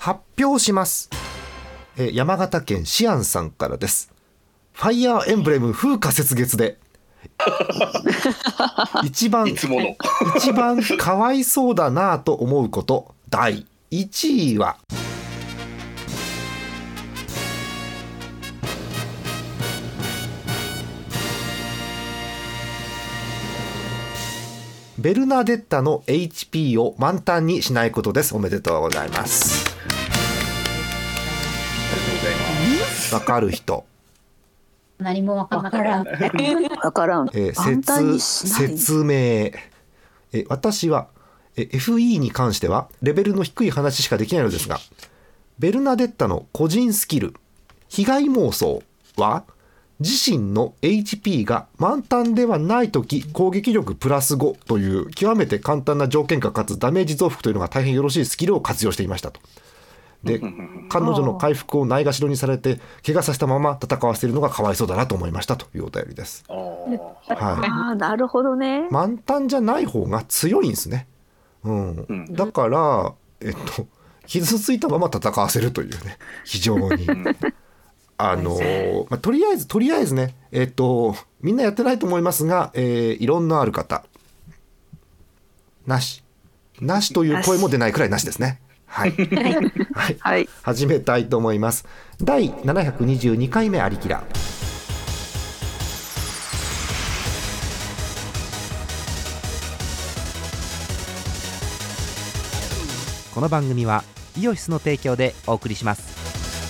発表します。山形県シアンさんからです。ファイヤーエンブレム風化雪月で一番かわいそうだなと思うこと第1位は、ベルナデッタの HP を満タンにしないことです。おめでとうございます。わかる人。 何もわからん。 わからん。 説明。私はFE に関してはレベルの低い話しかできないのですが、ベルナデッタの個人スキル被害妄想は自身の HP が満タンではないとき攻撃力プラス5という極めて簡単な条件下かつダメージ増幅というのが大変よろしいスキルを活用していましたと。で、彼女の回復をないがしろにされて怪我させたまま戦わせているのがかわいそうだなと思いましたというお便りです。 はい、なるほどね。 満タンじゃない方が強いんですね。だから、傷ついたまま戦わせるというね、非常にとりあえずね、みんなやってないと思いますが、いろんなある方なしという声も出ないくらいなしですね。はいはい、始めたいと思います。第722回目ありきら。 この番組はイオシスの提供でお送りします。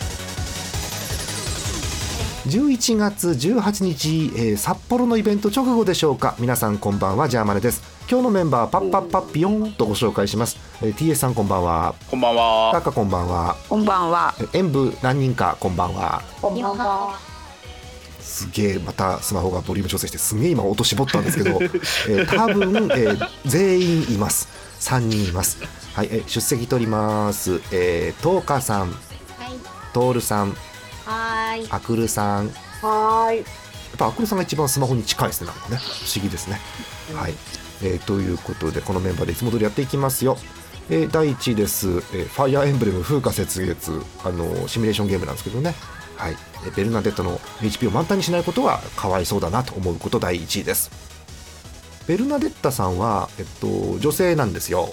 11月18日、札幌のイベント直後でしょうか。皆さんこんばんは、ジャーマネです。今日のメンバーパッパッパッピヨンとご紹介します。TS さんこんばんは。 こんばんは。 タカこんばんは。 こんばんは。 演舞何人かこんばんは。 こんばんは。 すげえ、またスマホがボリューム調整してすげえ今音絞ったんですけど多分、全員います。3人います。はい、出席取ります。トーカさん、トールさん、アクルさん。 はい。 やっぱアクルさんが一番スマホに近いですね。なんかね、不思議ですね。はい、ということでこのメンバーでいつも通りやっていきますよ。第1位です。ファイアーエンブレム風化雪月、シミュレーションゲームなんですけどね。はい、ベルナデットの HP を満タンにしないことはかわいそうだなと思うこと第1位です。ベルナデッタさんは、女性なんですよ。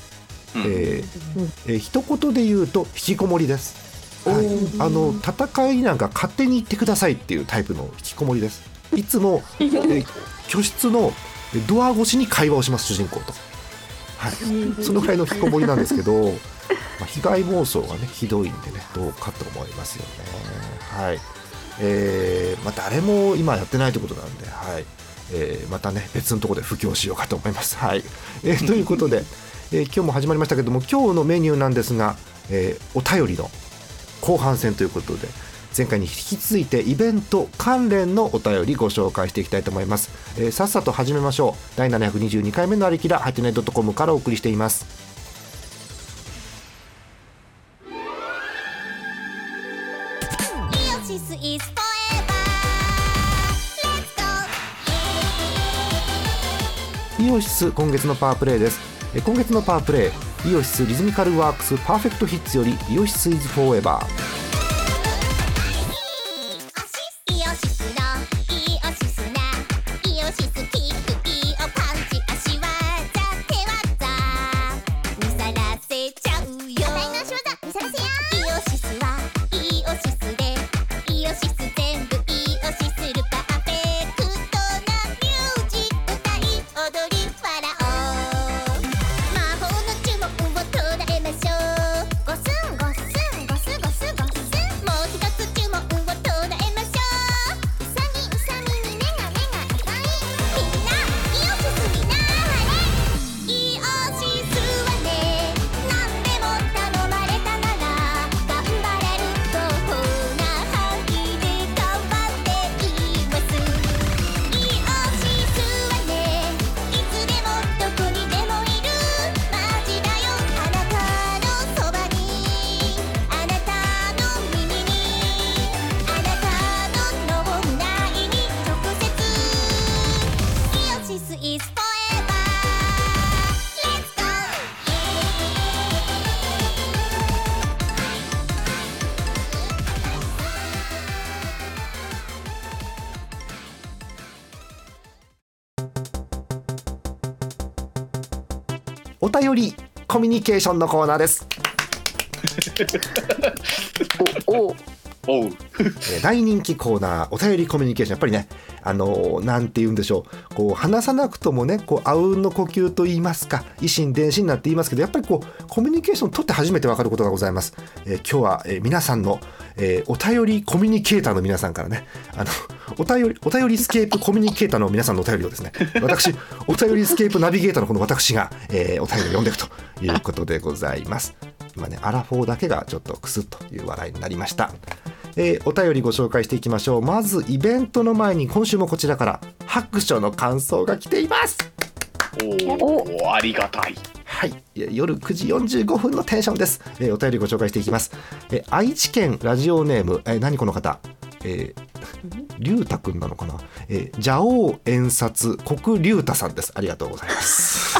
一言で言うと引きこもりです。はい、戦いなんか勝手に行ってくださいっていうタイプの引きこもりです。いつも、居室のドア越しに会話をします、主人公と。はい、そのくらいの引きこもりなんですけど被害妄想がねひどいんでね、どうかと思いますよね。はい、誰も今やってないということなんで、はい、またね別のところで布教しようかと思います。はい、ということで、今日も始まりましたけども、今日のメニューなんですが、お便りの後半戦ということで、前回に引き続いてイベント関連のお便りご紹介していきたいと思います。さっさと始めましょう。第722回目のありきら、はてね .com からお送りしています。イオシス今月のパワープレイです。今月のパワープレイ、イオシスリズミカルワークスパーフェクトヒッツよりイオシスイズフォーエバー。 お便りコミュニケーションのコーナーです。 おう大人気コーナーお便りコミュニケーション、やっぱりねなんて言うんでしょう、こう話さなくともねこうあうんの呼吸と言いますか以心伝心なんて言いますけど、やっぱりこうコミュニケーションを取って初めて分かることがございます。今日は、皆さんの、お便りコミュニケーターの皆さんからねお便りスケープコミュニケーターの皆さんのお便りをですね私お便りスケープナビゲーターのこの私が、お便りを読んでいくということでございます。今ねアラフォーだけがちょっとクスッという笑いになりました。お便りご紹介していきましょう。まずイベントの前に今週もこちらから白書の感想が来ています。 ありがたい。 はい、夜9時45分のテンションです。お便りご紹介していきます。愛知県ラジオネーム、何この方、龍太くんなのかな、蛇王演札国龍太さんです。ありがとうございます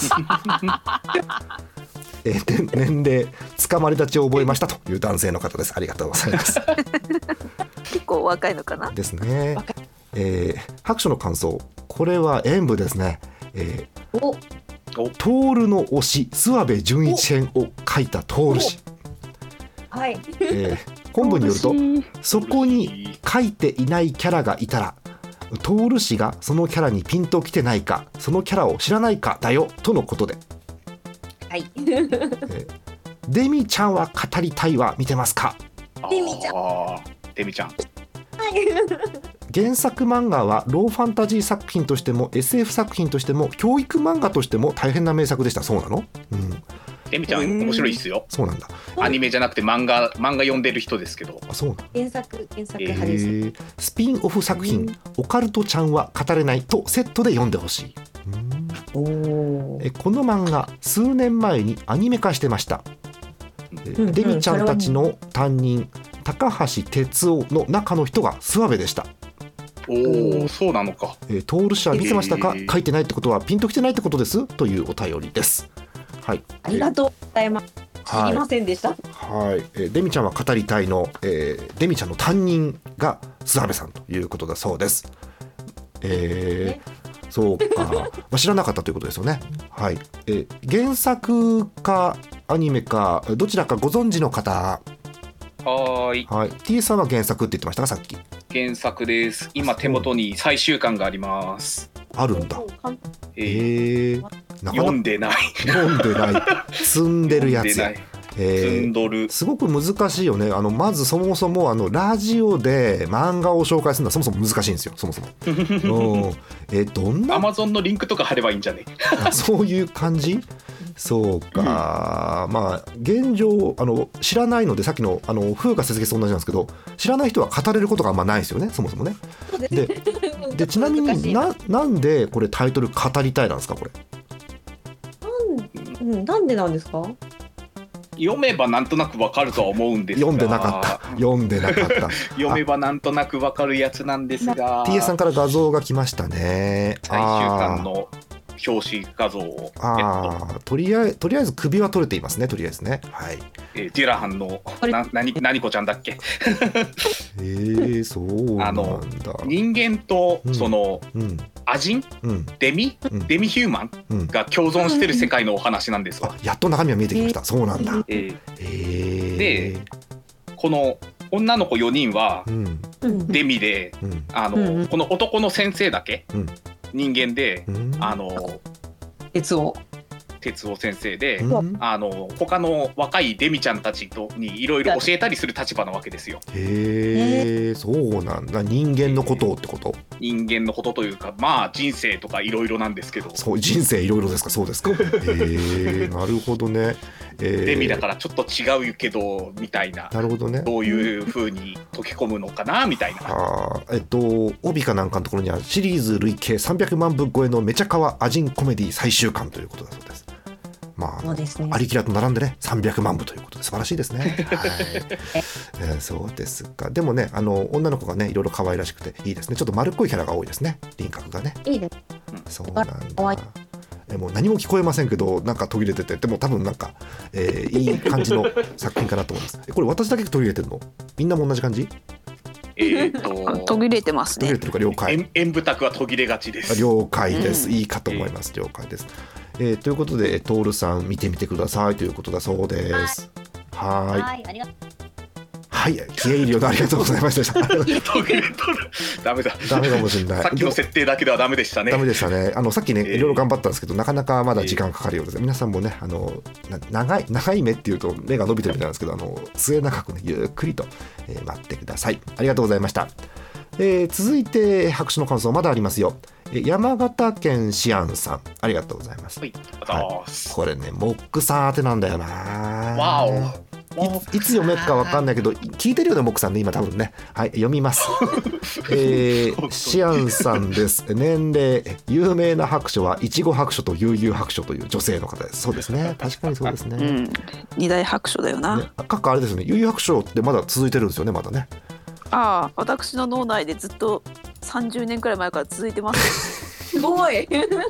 年齢つかまり立ちを覚えましたという男性の方です。ありがとうございます結構若いのかなですね。白書の感想、これは演舞ですね。トールの推し諏訪部純一編を書いたトール氏、 はい。 本文によるとそこに書いていないキャラがいたらトール氏がそのキャラにピンときてないかそのキャラを知らないかだよとのことで、 はい。 デミちゃんは語りたいは見てますか？ デミちゃん。 デミちゃん。 はい。 原作漫画はローファンタジー作品としても SF 作品としても教育漫画としても大変な名作でした。そうなの？ デミちゃん面白いっすよ。 そうなんだ。 アニメじゃなくて漫画読んでる人ですけど。 あ、そうなんだ。 原作派です。 スピンオフ作品、オカルトちゃんは語れないとセットで読んでほしい。この漫画数年前にアニメ化してました。デミちゃんたちの担任高橋哲夫の中の人が諏訪部でした。 そうなのか。 トール氏は見てましたか？書いてないってことはピンときてないってことですというお便りです。はい、 ありがとうございます。知りませんでした。 はい、デミちゃんは語りたいの、デミちゃんの担任が諏訪部さんということだそうです。そうか、知らなかったということですよね。はい、原作かアニメかどちらかご存知の方。はい、T さんは原作って言ってましたか？さっき原作です。今手元に最終巻があります。 あるんだ。 読んでない積んでるやつ。すごく難しいよね。まずそもそもラジオで漫画を紹介するのはそもそも難しいんですよ。そもそもどんな Amazon のリンクとか貼ればいいんじゃねそういう感じ。そうか、まあ現状知らないので、さっきの風花雪月と同じなんですけど、知らない人は語れることがあんまないですよね、そもそもね。でちなみになんでこれタイトル語りたいなんですか？これなんでなんですか？ 読めばなんとなくわかるとは思うんですが、 読んでなかった読めばなんとなくわかるやつなんですが、 TS さんから画像が来ましたね。 最終巻の表紙画像をとりあえず首は取れていますね。とりあえずね、はい。 デュラハンの何子ちゃんだっけそうなんだ。 人間とその、アジン、デミヒューマンが共存してる世界のお話なんですわ。 やっと中身が見えてきました。そうなんだ。 でこの女の子4人はデミで、この男の先生だけ人間で、哲夫先生で、他の若いデミちゃんたちにいろいろ教えたりする立場なわけですよ。 そうなんだ。人間のことってこと？ 人間のことというか、まあ人生とかいろいろなんですけど。 そう、人生いろいろですか？そうですか。なるほどね。 デミだからちょっと違うけどみたいな。 なるほどね。 どういう風に溶け込むのかなみたいな。 帯かなんかのところにはシリーズ累計300万部超えのめちゃかわアジンコメディ最終巻ということだそうです。そうですね、アリキラと並んでね300万部ということで素晴らしいですね。はい、そうですか。でもね女の子がねいろいろ可愛らしくていいですね。ちょっと丸っこいキャラが多いですね。輪郭がね。 いいです。 そうなんだ。もう何も聞こえませんけどなんか途切れてて、でも多分なんか、いい感じの作品かなと思います。これ私だけ途切れてるの？みんなも同じ感じ？ 途切れてますね。 途切れてるか了解。 演舞卓は途切れがちです。 了解です。いいかと思います。了解です。 ということでトールさん見てみてくださいということだそうです。はい、 ありがとう。 はい、消え入りをありがとうございました。 ダメだ。 ダメかもしれない。 さっきの設定だけではダメでしたね。 ダメでしたね。さっきね、いろいろ頑張ったんですけど、なかなかまだ時間かかるようです。皆さんもね、長い目っていうと目が伸びてるみたいなんですけど、末永くね、ゆっくりと、待ってください。ありがとうございました。続いて拍手の感想まだありますよ。山形県シアンさん、ありがとうございます。はい、これね、モックさん宛てなんだよな。 わお。 いつ読めるか分かんないけど聞いてるよね、モックさんね、今多分ね。はい、読みます。シアンさんです。年齢、有名な白書はいちご白書と悠々白書という女性の方です。そうですね、確かにそうですね。 二大白書だよな。 かっこあれですね、悠々白書ってまだ続いてるんですよね、まだね。 ああ、私の脳内でずっと30年くらい前から続いてます。 すごい。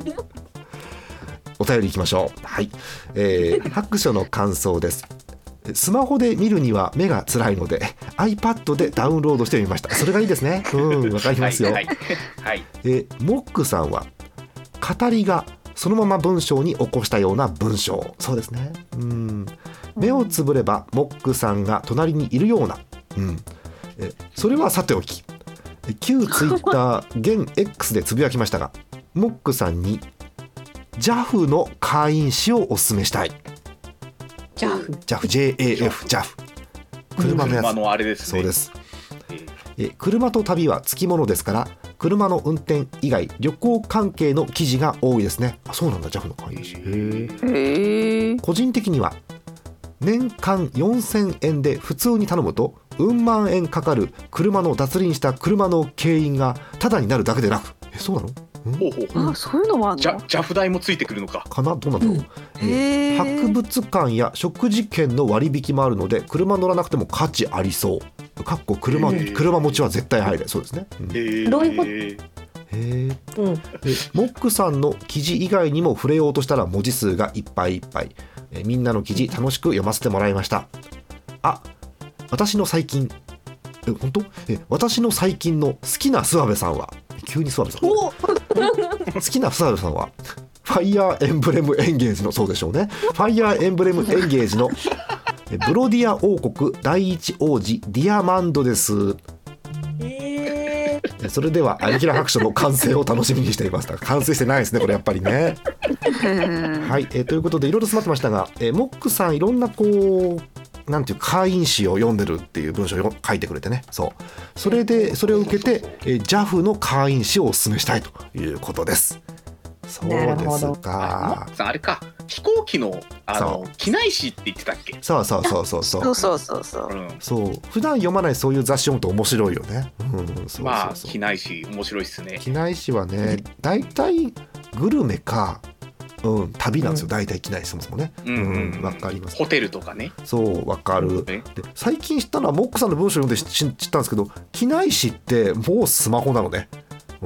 お便りいきましょう。はい、白書の感想です。スマホで見るには目が辛いので iPad でダウンロードしてみました。それがいいですね。わかりますよ。モックさんは語りがそのまま文章に起こしたような文章。そうですね。目をつぶればモックさんが隣にいるような。それはさておき、旧ツイッター現 X でつぶやきましたが、モックさんに JAF の会員誌をお勧めしたい。JAF 車のやつ。 車のあれですね。 そうです。車と旅はつきものですから、車の運転以外旅行関係の記事が多いですね。あ、そうなんだ。 JAF の会員誌。個人的には年間4000円で普通に頼むとうん万円かかる車の脱輪した車の牽引がタダになるだけでなく、そうなの？ あ、そういうのもあるの ？JAF代もついてくるのかな。どうなんだろう。博物館や食事券の割引もあるので車乗らなくても価値ありそう。かっこ車持ちは絶対入れ。そうですね。 どういうこと？ モックさんの記事以外にも触れようとしたら文字数がいっぱいいっぱい。みんなの記事楽しく読ませてもらいました。私の最近本当？私の最近の好きな諏訪部さんは、急に諏訪部さん好きな諏訪部さんはファイヤーエンブレムエンゲージの、そうでしょうね、ファイヤーエンブレムエンゲージのブロディア王国第一王子ディアマンドです。それではアニキラ白書の完成を楽しみにしていました。完成してないですね、これやっぱりね。はい、ということでいろいろ詰まってましたが、モックさんいろんななんていう会員誌を読んでるっていう文章を書いてくれてね。それを受けて、JAF の会員誌をお勧めしたいということです。そうですか。 あれか、飛行機の機内誌って言ってたっけ？ そうそう普段読まないそういう雑誌読むと面白いよね。 機内誌面白いっすね。 機内誌はね、だいたいグルメか旅なんですよ。大体機内誌そもそもね。わかります。 ホテルとかね。 そうわかる。で最近知ったのはモックさんの文章を読んで知ったんですけど、機内誌ってもうスマホなのね。そ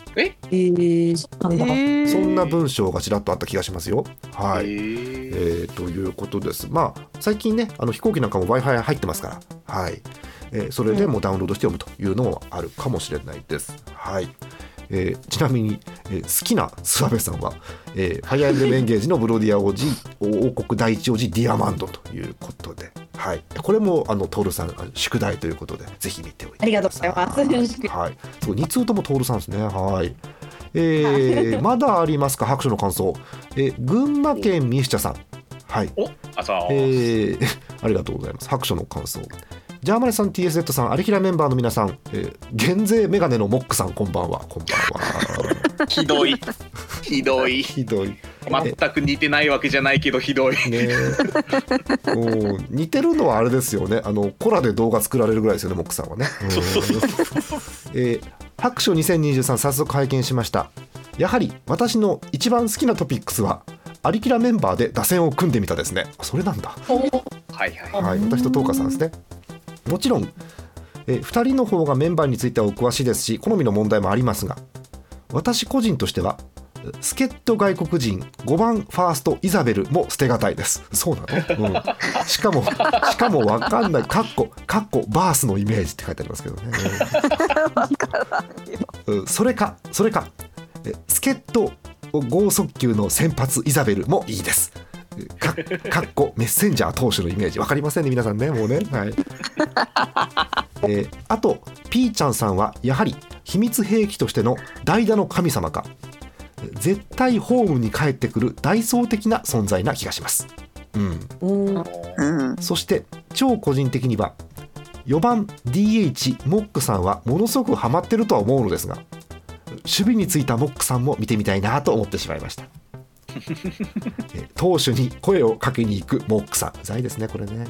んな文章がちらっとあった気がしますよ。はい。ということです。最近ね、飛行機なんかも Wi-Fi 入ってますから、はい。それでもダウンロードして読むというのもあるかもしれないです。はい。ちなみに、好きな諏訪部さんは、ファイアーエンブレムエンゲージのブロディア王国第一王子ディアマンドということで、はい、これもトールさん宿題ということでぜひ見ておいてください。 ありがとうございます。 はい、そう2通ともトールさんですね。はい。まだありますか、白書の感想。群馬県ミスチャさん、はい、ありがとうございます。白書の感想。ジャーマネさん、 TSZ さん、アリキラメンバーの皆さん、減税メガネのモックさん、こんばんは。こんばんは。 ひどい全く似てないわけじゃないけどひどいね。似てるのはあれですよね、コラで動画作られるぐらいですよね、モックさんはね。白書2023早速拝見しました。やはり私の一番好きなトピックスはアリキラメンバーで打線を組んでみたですね。それなんだ。はい、私とトーカさんですね。もちろん、2人の方がメンバーについてはお詳しいですし、好みの問題もありますが、私個人としては助っ人外国人5番ファーストイザベルも捨てがたいです。そうなの、しかも分かんないかっこバースのイメージって書いてありますけどね。それか助っ人剛速球の先発イザベルもいいです。かっこメッセンジャー投手のイメージ分かりませんね皆さんね、もうね、はい。あとピーちゃんさんはやはり秘密兵器としての代打の神様か、絶対ホームに帰ってくるダイソー的な存在な気がします。そして超個人的には4番 DH モックさんはものすごくハマってるとは思うのですが、守備についたモックさんも見てみたいなと思ってしまいました。投手に声をかけに行くモックさん、うざいですねこれね。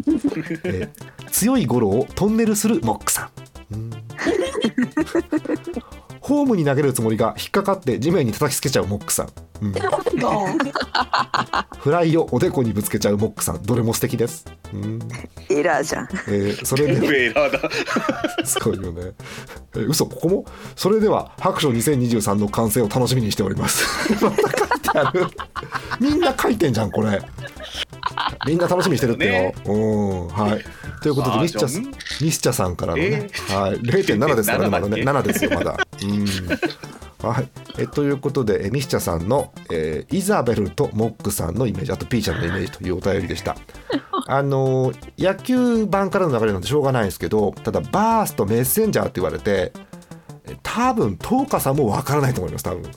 強いゴロをトンネルするモックさん。ホームに投げるつもりが引っかかって地面に叩きつけちゃうモックさん。フライをおでこにぶつけちゃうモックさん、どれも素敵です。 エラーじゃん。 それでエラーだ。 すごいよね。嘘、ここも。それでは白書2023の完成を楽しみにしております。また書いてある。みんな書いてんじゃんこれ。みんな楽しみにしてるってよ。はい。ということでミスチャさんからのね、はい、0.7 ですからね、まだね、7ですよまだ。はい。ということでミスチャさんの、イザベルとモックさんのイメージ、あとピーちゃんのイメージというお便りでした。野球版からの流れなんでしょうがないですけど、ただバースとメッセンジャーって言われて、多分トーカさんもわからないと思います多分。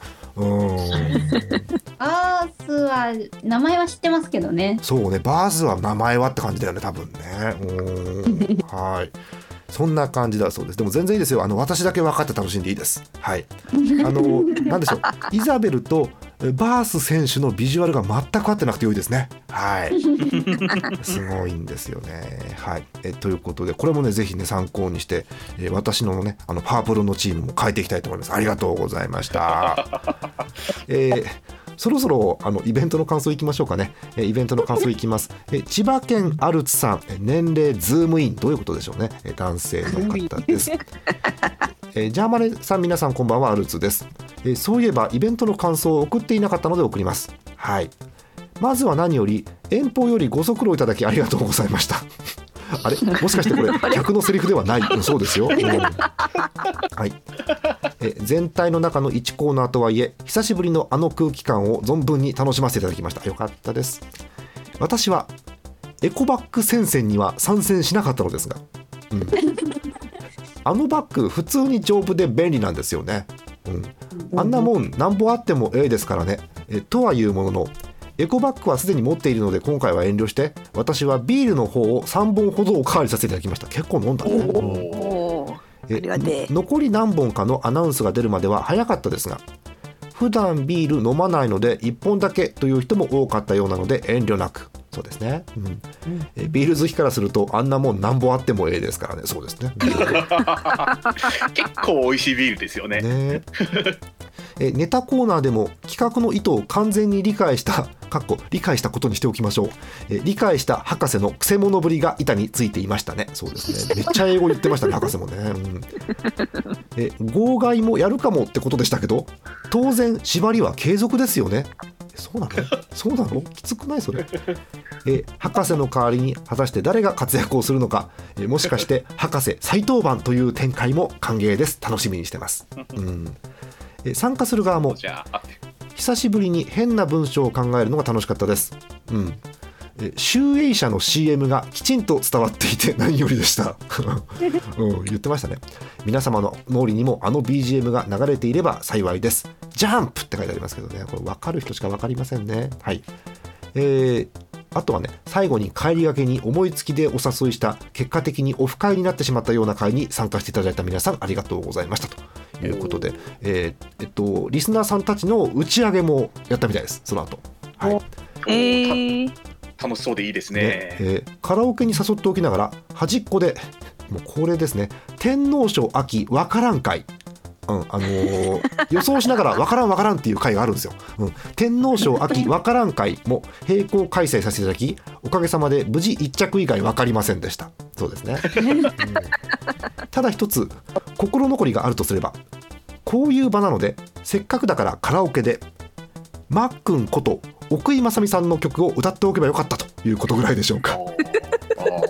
バースは名前は知ってますけどね。 そうね、バースは名前はって感じだよね多分ね。はい、そんな感じだそうです。でも全然いいですよ、私だけ分かって楽しんでいいです。はい。なんでしょう、イザベルとバース選手のビジュアルが全く合ってなくて良いですね。はい。すごいんですよね。はい。ということでこれもねぜひね参考にして、私のねパープルのチームも変えていきたいと思います。ありがとうございました。そろそろイベントの感想いきましょうかね。イベントの感想いきます。千葉県アルツさん、年齢ズームイン、どういうことでしょうね。男性の方です。ジャーマネさん、皆さんこんばんは、アルツです。そういえばイベントの感想を送っていなかったので送ります。はい。まずは何より遠方よりご足労いただきありがとうございました。あれ、もしかしてこれ客のセリフではない。そうですよ。はい。全体の中の1コーナーとはいえ久しぶりの空気感を存分に楽しませていただきました。よかったです。私はエコバッグ戦線には参戦しなかったのですが、バッグ普通に丈夫で便利なんですよね。あんなもんなんぼあってもですからね。とはいうもののエコバッグはすでに持っているので今回は遠慮して私はビールの方を3本ほどおかわりさせていただきました。結構飲んだね。残り何本かのアナウンスが出るまでは早かったですが、普段ビール飲まないので1本だけという人も多かったようなので遠慮なく。そうですね。ビール好きからするとあんなもんなんぼあってもですからね。そうですね。 結構美味しいビールですよね。 ネタコーナーでも企画の意図を完全に理解したことにしておきましょう。理解した博士のくせ者ぶりが板についていましたね。そうですね。めっちゃ英語言ってましたね博士もね。号外もやるかもってことでしたけど、当然縛りは継続ですよね。そうなの？そうなの？きつくないそれ。博士の代わりに果たして誰が活躍をするのか、もしかして博士再登板という展開も歓迎です。楽しみにしてます。参加する側も久しぶりに変な文章を考えるのが楽しかったです。集英社の CM がきちんと伝わっていて何よりでした。言ってましたね。皆様の脳裏にもBGM が流れていれば幸いです。ジャンプって書いてありますけどね、これ分かる人しか分かりませんね。はい。あとはね、最後に帰りがけに思いつきでお誘いした結果的にオフ会になってしまったような会に参加していただいた皆さんありがとうございましたということで、リスナーさんたちの打ち上げもやったみたいです。その後、はい。 楽しそうでいいですね。 カラオケに誘っておきながら端っこでもうこれですね、天皇賞秋わからん会、予想しながらわからんっていう会があるんですよ。天皇賞秋わからん会も並行開催させていただき、おかげさまで無事1着以外わかりませんでした。そうですね。ただ一つ心残りがあるとすれば、こういう場なのでせっかくだからカラオケでマックンこと奥井正美さんの曲を歌っておけばよかったということぐらいでしょうか。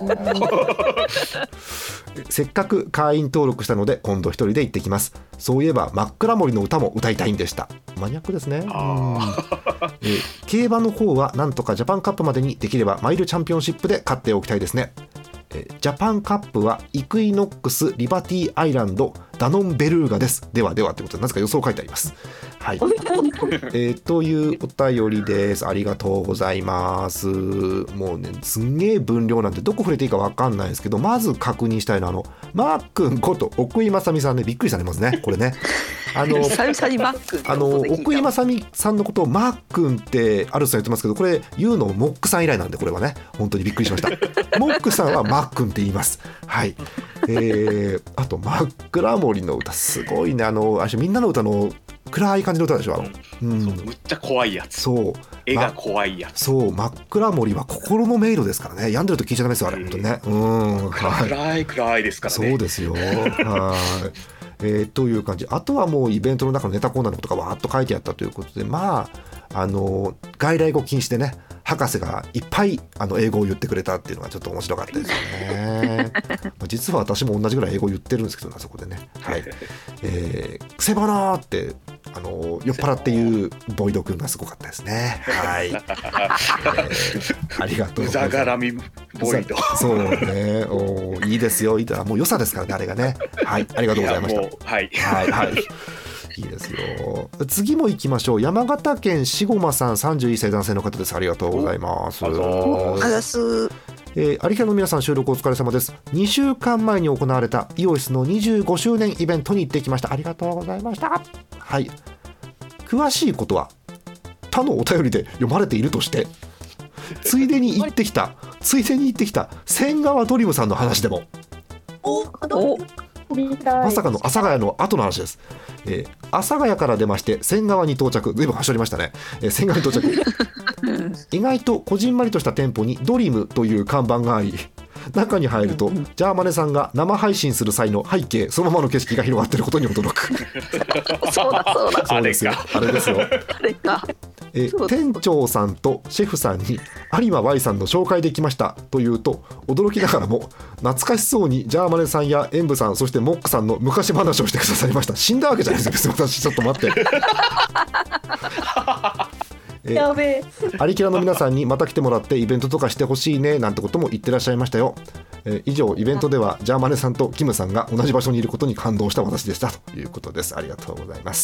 せっかく会員登録したので今度一人で行ってきます。そういえば真っ暗森の歌も歌いたいんでした。マニアックですね。競馬の方はなんとかジャパンカップまでにできればマイルチャンピオンシップで勝っておきたいですね。ジャパンカップはイクイノックス、リバティアイランド、ダノンベルーガです。ではではということでなぜか予想書いてあります。はい、というお便りです。ありがとうございます。もうねすんげえ分量なんてどこ触れていいか分かんないですけど、まず確認したいのはマー君こと奥井正美さんね、びっくりされますねこれね。 久々にマック奥井正美さんのことをマー君ってアルスさん言ってますけど、これ言うのモックさん以来なんで、これはね本当にびっくりしました。モックさんはマー君って言います。はい。あと真っ暗森の歌すごいね。みんなの歌の暗い感じの歌でしょ。 むっちゃ怖いやつ。そう絵が怖いやつ。そう真っ暗森は心の迷路ですからね。病んでると聞いちゃダメですよあれ、本当にね。 暗いですからね。 そうですよ。はい。という感じ。あとはもうイベントの中のネタコーナーのことがわーっと書いてあったということで、まあ外来語禁止でね、博士がいっぱい英語を言ってくれたっていうのがちょっと面白かったですよね。実は私も同じぐらい英語言ってるんですけど、そこでね、はい、くせ者って酔っ払っていうボイド君がすごかったですね。はい。ありがとうございます。うざがらみボイド。そうね。いいですよ。もう良さですからね、あれがね。はい。ありがとうございました。 はいはいはい。いいですよ。次も行きましょう。山形県しごまさん、31歳男性の方です。ありがとうございます。有平の皆さん、収録お疲れ様です。2週間前に行われたイオシスの25周年イベントに行ってきました。ありがとうございました。はい。詳しいことは他のお便りで読まれているとして、ついでに行ってきた千川ドリムさんの話でも。まさかの阿佐ヶ谷の後の話です。阿佐ヶ谷から出まして千川に到着。随分走りましたね。千川に到着。意外とこじんまりとした店舗にドリムという看板があり、中に入るとジャーマネさんが生配信する際の背景そのままの景色が広がっていることに驚く。そうですよ。あれですよ。店長さんとシェフさんに有馬 Y さんの紹介できましたというと、驚きながらも懐かしそうにジャーマネさんやエンブさん、そしてモックさんの昔話をしてくださいました。死んだわけじゃないですよ、私。ちょっと待って。 やべえ。 アリキラの皆さんにまた来てもらってイベントとかしてほしいねなんてことも言ってらっしゃいましたよ。以上、イベントではジャーマネさんとキムさんが同じ場所にいることに感動した私でしたということです。ありがとうございます。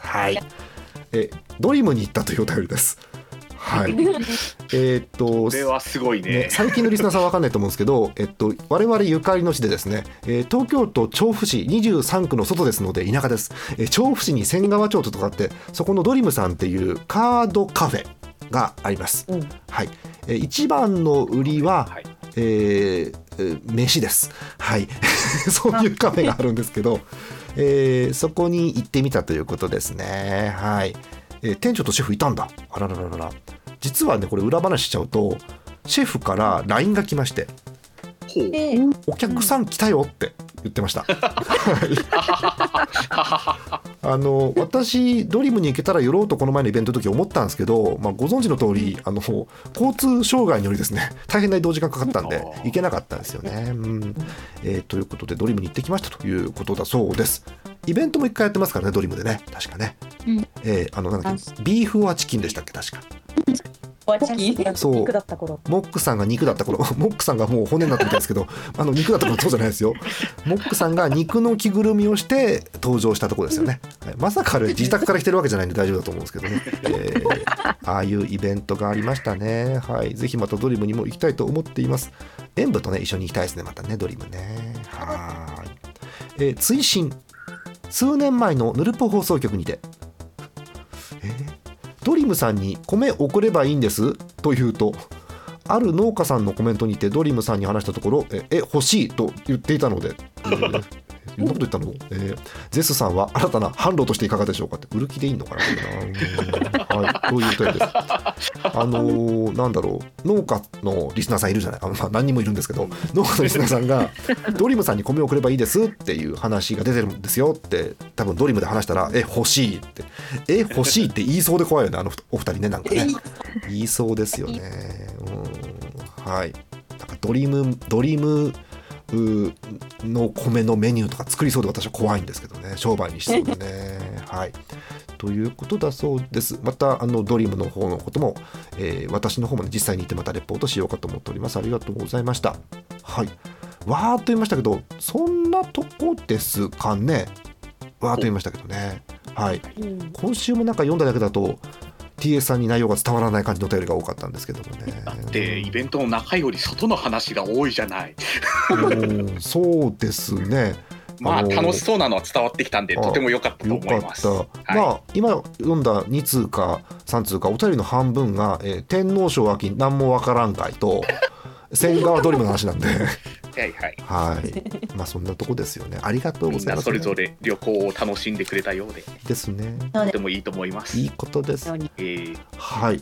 はい。ドリムに行ったというお便りです。はい。 これはすごいね。 最近のリスナーさんは分かんないと思うんですけど、我々ゆかりの地でですね、東京都調布市23区の外ですので田舎です。調布市に千川町とかあって、そこのドリムさんっていうカードカフェがあります。はい。一番の売りは、飯です。はい。そういうカフェがあるんですけど、そこに行ってみたということですね。はい。店長とシェフいたんだ。あららららら。実はね、これ裏話しちゃうと、シェフから LINE が来まして、お客さん来たよって言ってました。私ドリムに行けたら寄ろうとこの前のイベントの時思ったんですけど、ご存知の通り交通障害によりですね、大変な移動時間かかったんで行けなかったんですよね。ということでドリムに行ってきましたということだそうです。イベントも1回やってますからね、ドリムでね、確かね。なんだっけ、ビーフオアチキンでしたっけ、確か。そう、モックさんが肉だった頃、モックさんがもう骨になってみたいですけど、肉だった頃そうじゃないですよ。モックさんが肉の着ぐるみをして登場したところですよね。まさかあれ自宅から来てるわけじゃないんで大丈夫だと思うんですけどね。ああいうイベントがありましたね。はい、ぜひまたドリムにも行きたいと思っています。演舞とね一緒に行きたいですね、またね、ドリムね。はい。追伸、数年前のヌルポ放送局にて、ドリムさんに米送ればいいんですと言うと、ある農家さんのコメントにてドリムさんに話したところ、欲しいと言っていたので、そんなこと言ったの？ゼスさんは新たな販路としていかがでしょうかって。売る気でいいのかな、はい、そういう問いです。なんだろう、農家のリスナーさんいるじゃない。何人もいるんですけど、農家のリスナーさんがドリムさんに米を送ればいいですっていう話が出てるんですよって多分ドリムで話したら、欲しいって、欲しいって言いそうで怖いよね、お二人ね。なんかね言いそうですよね。はい。なんかドリームの米のメニューとか作りそうで私は怖いんですけどね、商売にしそうでねはいということだそうです。またドリームの方のことも、私の方も、ね、実際に行ってまたレポートしようかと思っております。ありがとうございました。はい、わーっと言いましたけどそんなとこですかね。わーっと言いましたけどね、はい、今週もなんか読んだだけだと TS さんに内容が伝わらない感じのお便りが多かったんですけどもね。 だってイベントの中より外の話が多いじゃないそうですね。 まあ楽しそうなのは伝わってきたんでとても良かったと思います。 はい、まあ今読んだ2通か3通かお便りの半分が、天皇賞秋何もわからんかいと千川ドリームの話なんではいはい、 はい、まあそんなとこですよね。ありがとうございます、 みんなそれぞれ旅行を楽しんでくれたようでですね。 とてもいいと思います。 いいことです。 はい、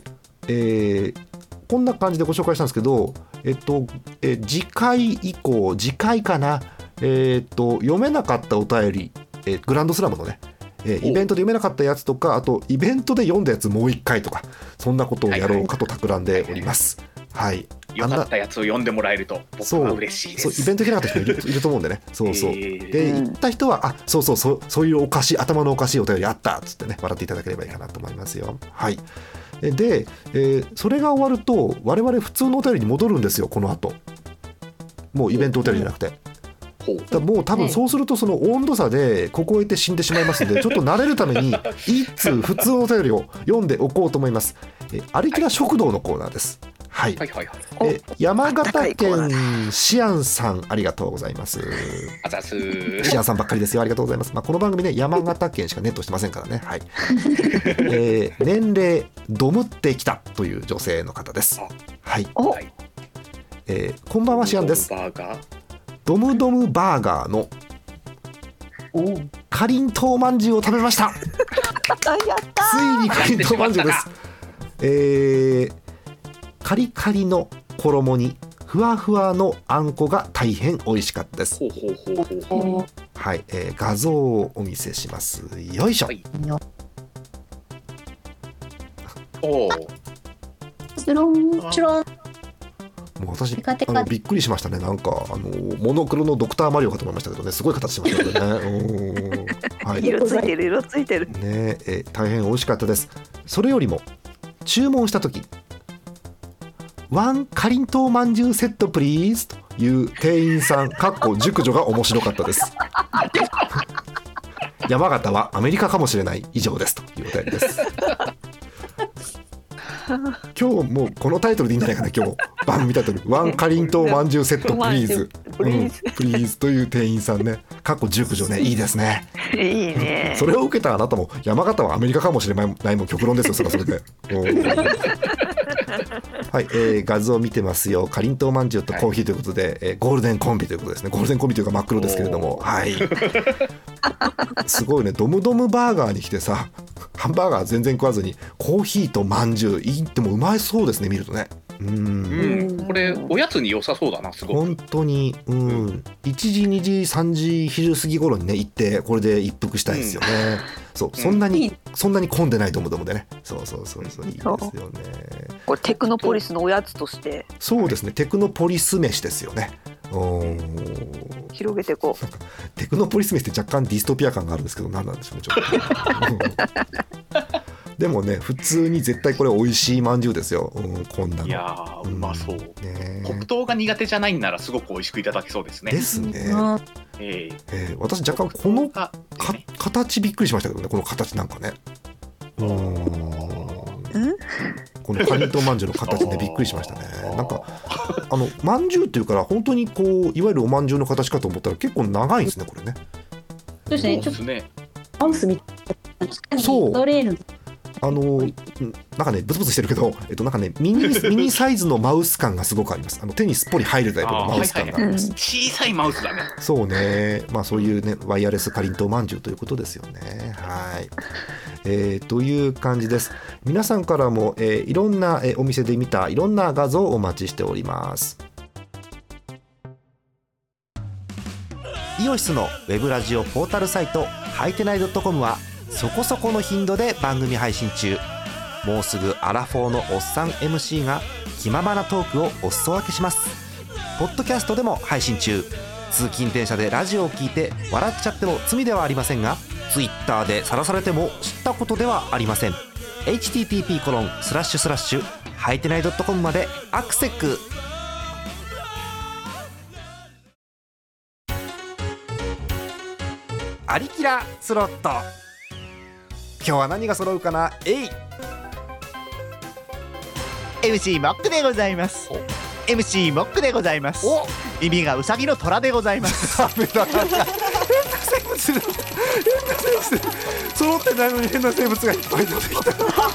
こんな感じでご紹介したんですけど、次回以降次回かな、読めなかったお便り、グランドスラムのね、イベントで読めなかったやつとか、あとイベントで読んだやつもう一回とか、そんなことをやろうかと企んでおります。はい、 よかったやつを読んでもらえると僕は嬉しいです。 そうイベント行けなかった人いると思うんでね。そうそう、で行った人はそういう頭のおかしいお便りあったっつってね、笑っていただければいいかなと思いますよ。はい。で、それが終わると我々普通のお便りに戻るんですよ。この後もうイベントお便りじゃなくて、だもう多分そうするとその温度差で凍えて死んでしまいますので、ちょっと慣れるために一通普通のお便りを読んでおこうと思います。ありきら食堂のコーナーです。はい、山形県シアンさん、ありがとうございます。シアンさんばっかりですよ、ありがとうございます。この番組ね、山形県しかネットしてませんからね。はい、年齢ドムってきたという女性の方です。はい、こんばんは、シアンです。ドムドムバーガーのかりんとうまんじゅうを食べました。ついにかりんとうまんじゅうです。カリカリの衣にふわふわのあんこが大変美味しかったです。はい、画像をお見せします。よいしょ。 おチロンチロン。 もう私びっくりしましたね。なんかモノクロのドクターマリオかと思いましたけどね、すごい形してましたけどね。はい、 色ついてる色ついてるね。大変美味しかったです。それよりも注文した時、ワンかりんとうまんじゅうセットプリーズという店員さん熟女が面白かったです。山形はアメリカかもしれない、以上ですというお便りです。今日もうこのタイトルでいいんじゃないかな。今日番組タイトルワンかりんとうまんじゅうセットプリーズ、プリーズという店員さんね、熟女ね、いいですね。 いいね。 それを受けたあなたも山形はアメリカかもしれないも極論ですよ。それはそれではい、画像を見てますよ。かりんとうまんじゅうとコーヒーということで、ゴールデンコンビということですね。ゴールデンコンビというか真っ黒ですけれども、はい、すごいね。ドムドムバーガーに来てさ、ハンバーガー全然食わずにコーヒーとまんじゅういってもうまいそうですね、見るとね。 これおやつに良さそうだな、すごく。 本当に、1時2時3時昼過ぎ頃にね行ってこれで一服したいですよね。そんなに混んでないドムドムでね。そういいですよね。 これテクノポリスのおやつとして。 そうですね、テクノポリス飯ですよね。 広げていこう。 テクノポリス飯って若干ディストピア感があるんですけど、何なんでしょうね、ちょっと。でもね、普通に絶対これ美味しいまんじゅうですよ。こんなの。いやうまそう。黒糖が苦手じゃないんならすごく美味しくいただけそうですね。 ですね。私若干この形びっくりしましたけどね。この形なんかね。このかりんとうまんじゅうの形でびっくりしましたね。なんかまんじゅうっていうから本当にこういわゆるおまんじゅうの形かと思ったら結構長いんですね、これね。 そうですね。ちょっとマウスみたいな。 そう。なんかねブツブツしてるけど、なんかねミニサイズのマウス感がすごくあります。手にすっぽり入るタイプのマウス感があります。 小さいマウスだね。 そうね。そういうねワイヤレスかりんとうまんじゅうということですよね。はい。という感じです。皆さんからも、いろんな、お店で見たいろんな画像をお待ちしております。 イオシスのウェブラジオポータルサイトはいてない .com はそこそこの頻度で番組配信中。もうすぐアラフォーのおっさん MC が気ままなトークをお裾分けします。 ポッドキャストでも配信中。通勤電車でラジオを聞いて笑っちゃっても罪ではありませんが、 Twitter で晒されても知ったことではありません。 http:// はいてない .com までアクセック。アリキラスロット、今日は何が揃うかな。 MC モックでございます。MC モックでございます。耳がウサギの虎でございます。 ダメだ変な生物揃ってないのに変な生物がいっぱい出てきた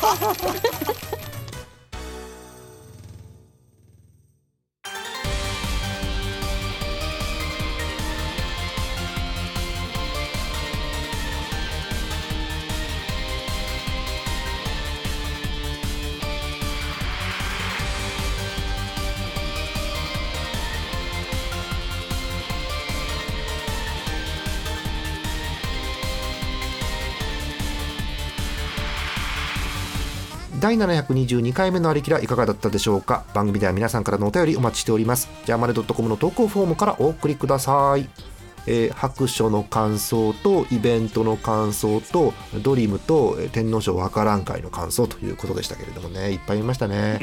第722回目のありきらいかがだったでしょうか。番組では皆さんからのお便りお待ちしております。ジャーマネ .com の投稿フォームからお送りください。白書の感想とイベントの感想とドリームと天皇賞わからん会の感想ということでしたけれどもね、いっぱい見ましたね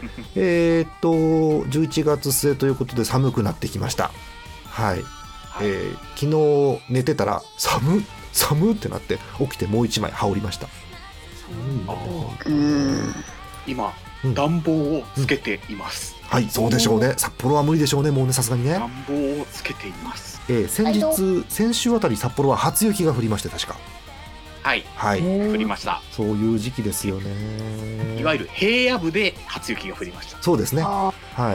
11月末ということで寒くなってきました。はい、昨日寝てたら寒ってなって起きてもう一枚羽織りました。 今、暖房をつけています。 はい、そうでしょうね。札幌は無理でしょうね、もうね、さすがにね。 暖房をつけています。 先週あたり札幌は初雪が降りまして、確か。 はい、降りました。 そういう時期ですよね。 いわゆる平野部で初雪が降りました。 そうですね。はい、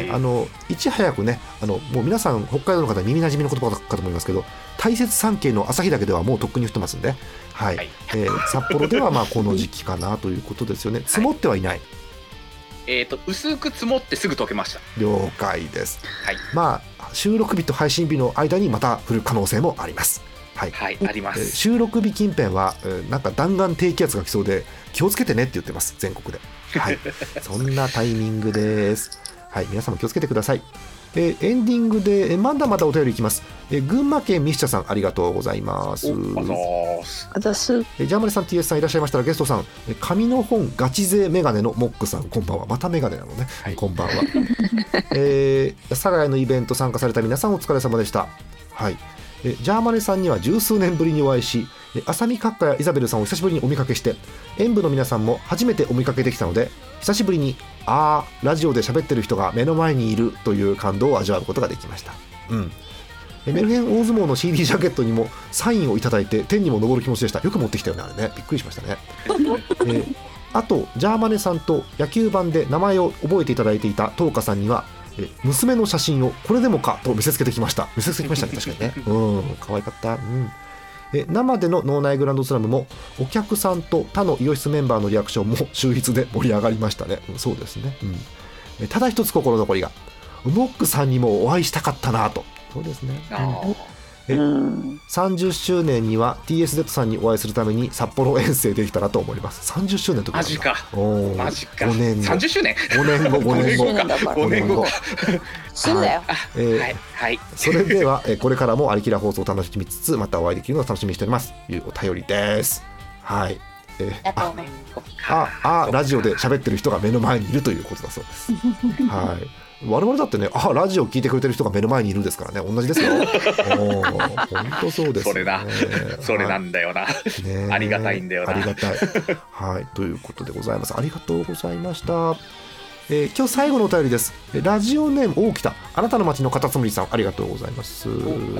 いち早くね、もう皆さん北海道の方耳なじみの言葉かと思いますけど、大雪山系の旭岳ではもうとっくに降ってますんで、はい、札幌ではまあこの時期かなということですよね。積もってはいない。 薄く積もってすぐ溶けました。 了解です。 はい、 まあ収録日と配信日の間にまた降る可能性もあります。はい、 はい、あります。 収録日近辺はなんか弾丸低気圧が来そうで気をつけてねって言ってます、全国で。はい、そんなタイミングです。はい、皆さんも気をつけてください。エンディングでまだまだお便りいきます。群馬県ミッシャさん、ありがとうございます。 あざす。 ジャーマネさん、 TS さんいらっしゃいましたら、ゲストさん、紙の本ガチ勢メガネのモックさん、こんばんは。またメガネなのね、はい、こんばんは。佐賀屋のイベント参加された皆さんお疲れ様でした。はい、ジャーマネさんには十数年ぶりにお会いし、浅見閣下やイザベルさんを久しぶりにお見かけして、演舞の皆さんも初めてお見かけできたので、久しぶりにラジオで喋ってる人が目の前にいるという感動を味わうことができました。メルヘン大相撲の CD ジャケットにもサインをいただいて天にも昇る気持ちでした。よく持ってきたよね、あれね。びっくりしましたね。あとジャーマネさんと野球盤で名前を覚えていただいていたトーカさんには娘の写真をこれでもかと見せつけてきました。見せつけてきましたね、確かにね。可愛かった。生での脳内グランドスラムもお客さんと他のイオシスメンバーのリアクションも秀逸で盛り上がりましたね。そうですね。ただ一つ心残りが、モックさんにもお会いしたかったなと。そうですね。30周年には TSZ さんにお会いするために札幌遠征できたらと思います。30周年の時マジか。マジか。 5年後。 30周年。 5年後。 5年後。 すぐだよ。 はい。 それではこれからもありきら放送を楽しみつつ、またお会いできるのを楽しみにしておりますというお便りです。はい。ラジオで喋ってる人が目の前にいるということだそうです。はい。我々だってね、ラジオ聞いてくれてる人が目の前にいるんですからね、同じですよ。本当そうです、ね。 それなんだよな。ありがたいんだよな。 ありがたい。はい、ということでございます。ありがとうございました。今日最後のお便りです。ラジオネーム大北、あなたの町のカタツムリさん、ありがとうございます。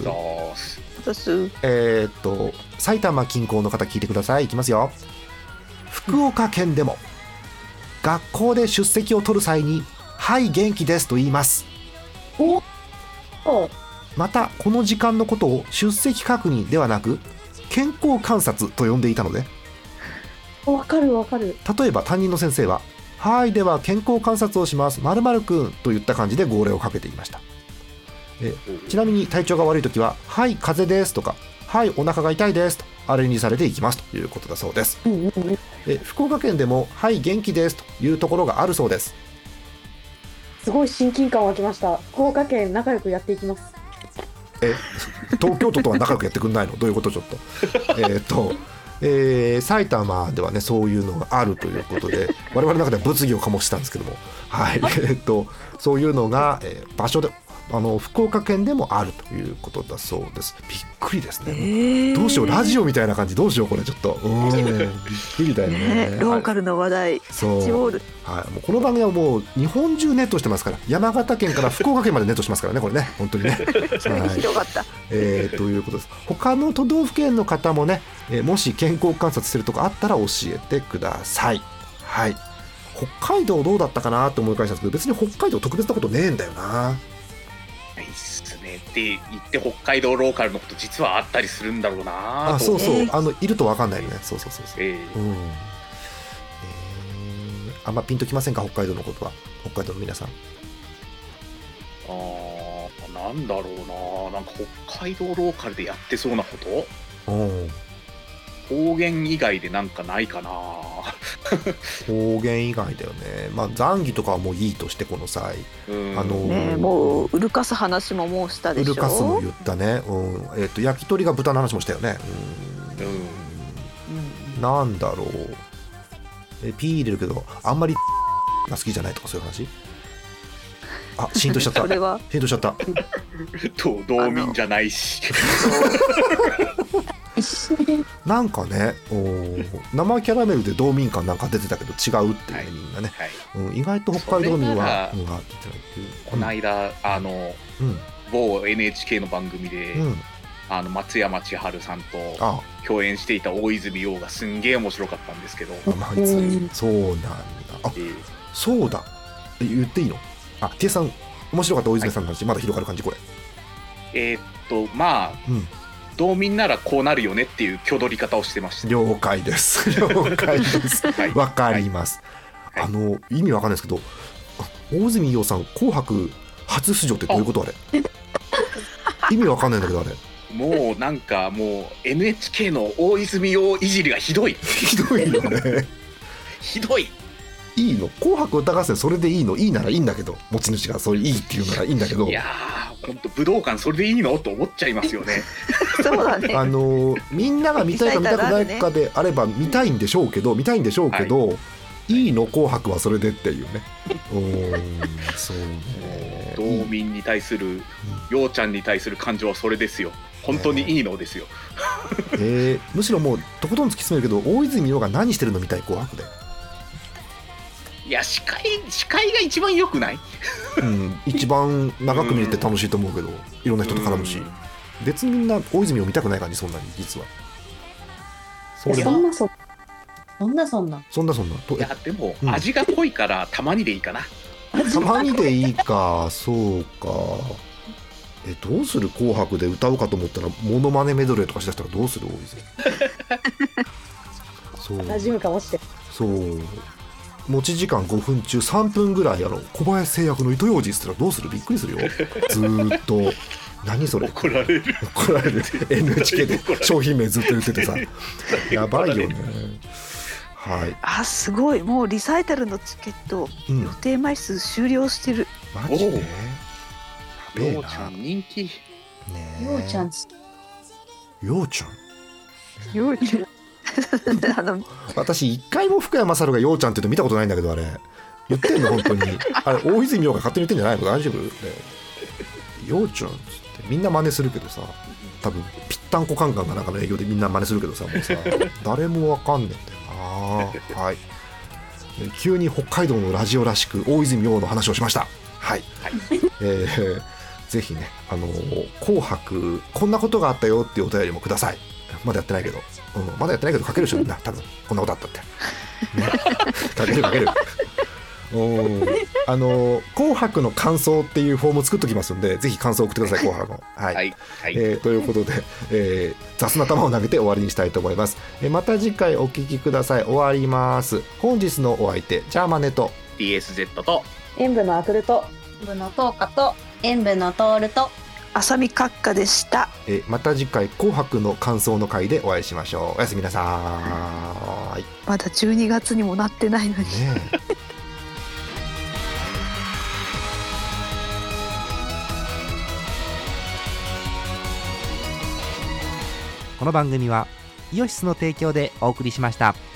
埼玉近郊の方聞いてください。いきますよ。福岡県でも学校で出席を取る際にはい元気ですと言います。またこの時間のことを出席確認ではなく健康観察と呼んでいたので、 わかる。 例えば担任の先生ははいでは健康観察をします〇〇くんといった感じで号令をかけていました。ちなみに体調が悪い時ははい風邪ですとかはいお腹が痛いですとアレンジされていきますということだそうです。福岡県でもはい元気ですというところがあるそうです。 すごい親近感湧きました。福岡県仲良くやっていきます。 東京都とは仲良くやってくんないの？どういうこと？ちょっと埼玉ではねそういうのがあるということで我々の中では物議を醸したんですけども、はいそういうのが、場所で福岡県でもあるということだそうです。びっくりですね、どうしよう、ラジオみたいな感じ、どうしようこれちょっとびっくりだよねローカルの話題、 そうキャッチボール、 はい、もうこの番組はもう日本中ネットしてますから、山形県から福岡県までネットしますからねこれね本当にね、はい、 広がった、 ということです。他の都道府県の方もね、もし健康観察してるとこあったら教えてください。はい、北海道どうだったかなと思い返したんですけど、別に北海道特別なことねえんだよな。 ないっすねって言って北海道ローカルのこと実はあったりするんだろうな。 そうそう、いると分かんないよね。そう、あんまピンときませんか、北海道のことは。北海道の皆さん。 なんだろうな、なんか北海道ローカルでやってそうなこと、方言以外でなんかないかな。 方言以外だよね。まあ懺悔とかはもういいとしてこの際、 もうウルカス話ももうしたでしょ。 ウルカスも言ったね、焼き鳥が豚の話もしたよね。なんだろう、ピー入れるけどあんまりが好きじゃないとかそういう話。シーンとしちゃった。 それはシーンとしちゃった。 道民じゃないしなんかね、生キャラメルで道民感なんか出てたけど違うっていうね、みんなね、意外と北海道民は出てないっていう。 この間某 NHK の番組で、松山千春さんと共演していた大泉洋がすんげえ面白かったんですけど、 そうなんだ。そうだ、言っていいの？T さん面白かった大泉さんの話、まだ広がる感じこれ。 まあ、道民ならこうなるよねっていう挙取り方をしてました。 了解です了解ですわかります。意味わかんないですけど、大泉洋さん紅白初出場ってどういうこと？あれ意味わかんないんだけど、あれもうなんかもう NHK の大泉洋いじりがひどいよねひどい。 いいの？紅白歌合戦それでいいの？いいならいいんだけど、持ち主がそれいいっていうならいいんだけど、 いやー本当武道館それでいいのと思っちゃいますよねそうだね。 みんなが見たいか見たくないかであれば見たいんでしょうけど、いいの？紅白はそれでっていうね。そうね。 道民に対するようちゃんに対する感情はそれですよ。本当にいいのですよ。 むしろもうとことん突き詰めるけど、大泉洋が何してるのみたい、紅白で。 いや司会が一番良くない？ 一番長く見れて楽しいと思うけど、いろんな人と絡むし、別にみんな大泉を見たくない感じ、そんなに実は。 そんな。 いやでも、味が濃いからたまにでいいかな。 たまにでいいか、そうか。どうする？紅白で歌うかと思ったらモノマネメドレーとかしだしたらどうする？大泉そうラジオかもして。 そう持ち時間5分中3分ぐらい小林製薬の糸ようじっつったらどうする？びっくりするよ。ずーっと何それ怒られる NHK で商品名ずっと言っててさやばいよね。はい。 すごい、もうリサイタルのチケット、予定枚数終了してる。 マジで？ ようちゃん人気。 ようちゃん私一回も福山雅治がようちゃんって言うと見たことないんだけど、あれ言ってんの本当に？あれ大泉洋が勝手に言ってんじゃないの？大丈夫？ようちゃんってみんな真似するけどさ、多分ぴったんこカンカンがなんかの営業でみんな真似するけどさ、もうさ誰もわかんねえんだよな。はい。急に北海道のラジオらしく大泉洋の話をしました。はい。ぜひね、紅白こんなことがあったよっていうお便りもください。まだやってないけど、まだやってないけど書けるでしょみんな、多分こんなことあったって、ね、書ける紅白の感想っていうフォーム作っときますんで、ぜひ感想を送ってください、紅白の。ということで、雑な球を投げて終わりにしたいと思います。また次回お聞きください。終わります。本日のお相手、ジャーマネと DSZ と演舞のアクルと演舞のトーカと演舞のトールと浅見閣下でした。 また次回紅白の感想の回でお会いしましょう。おやすみなさい。 まだ12月にもなってないのに、ねこの番組はイオシスの提供でお送りしました。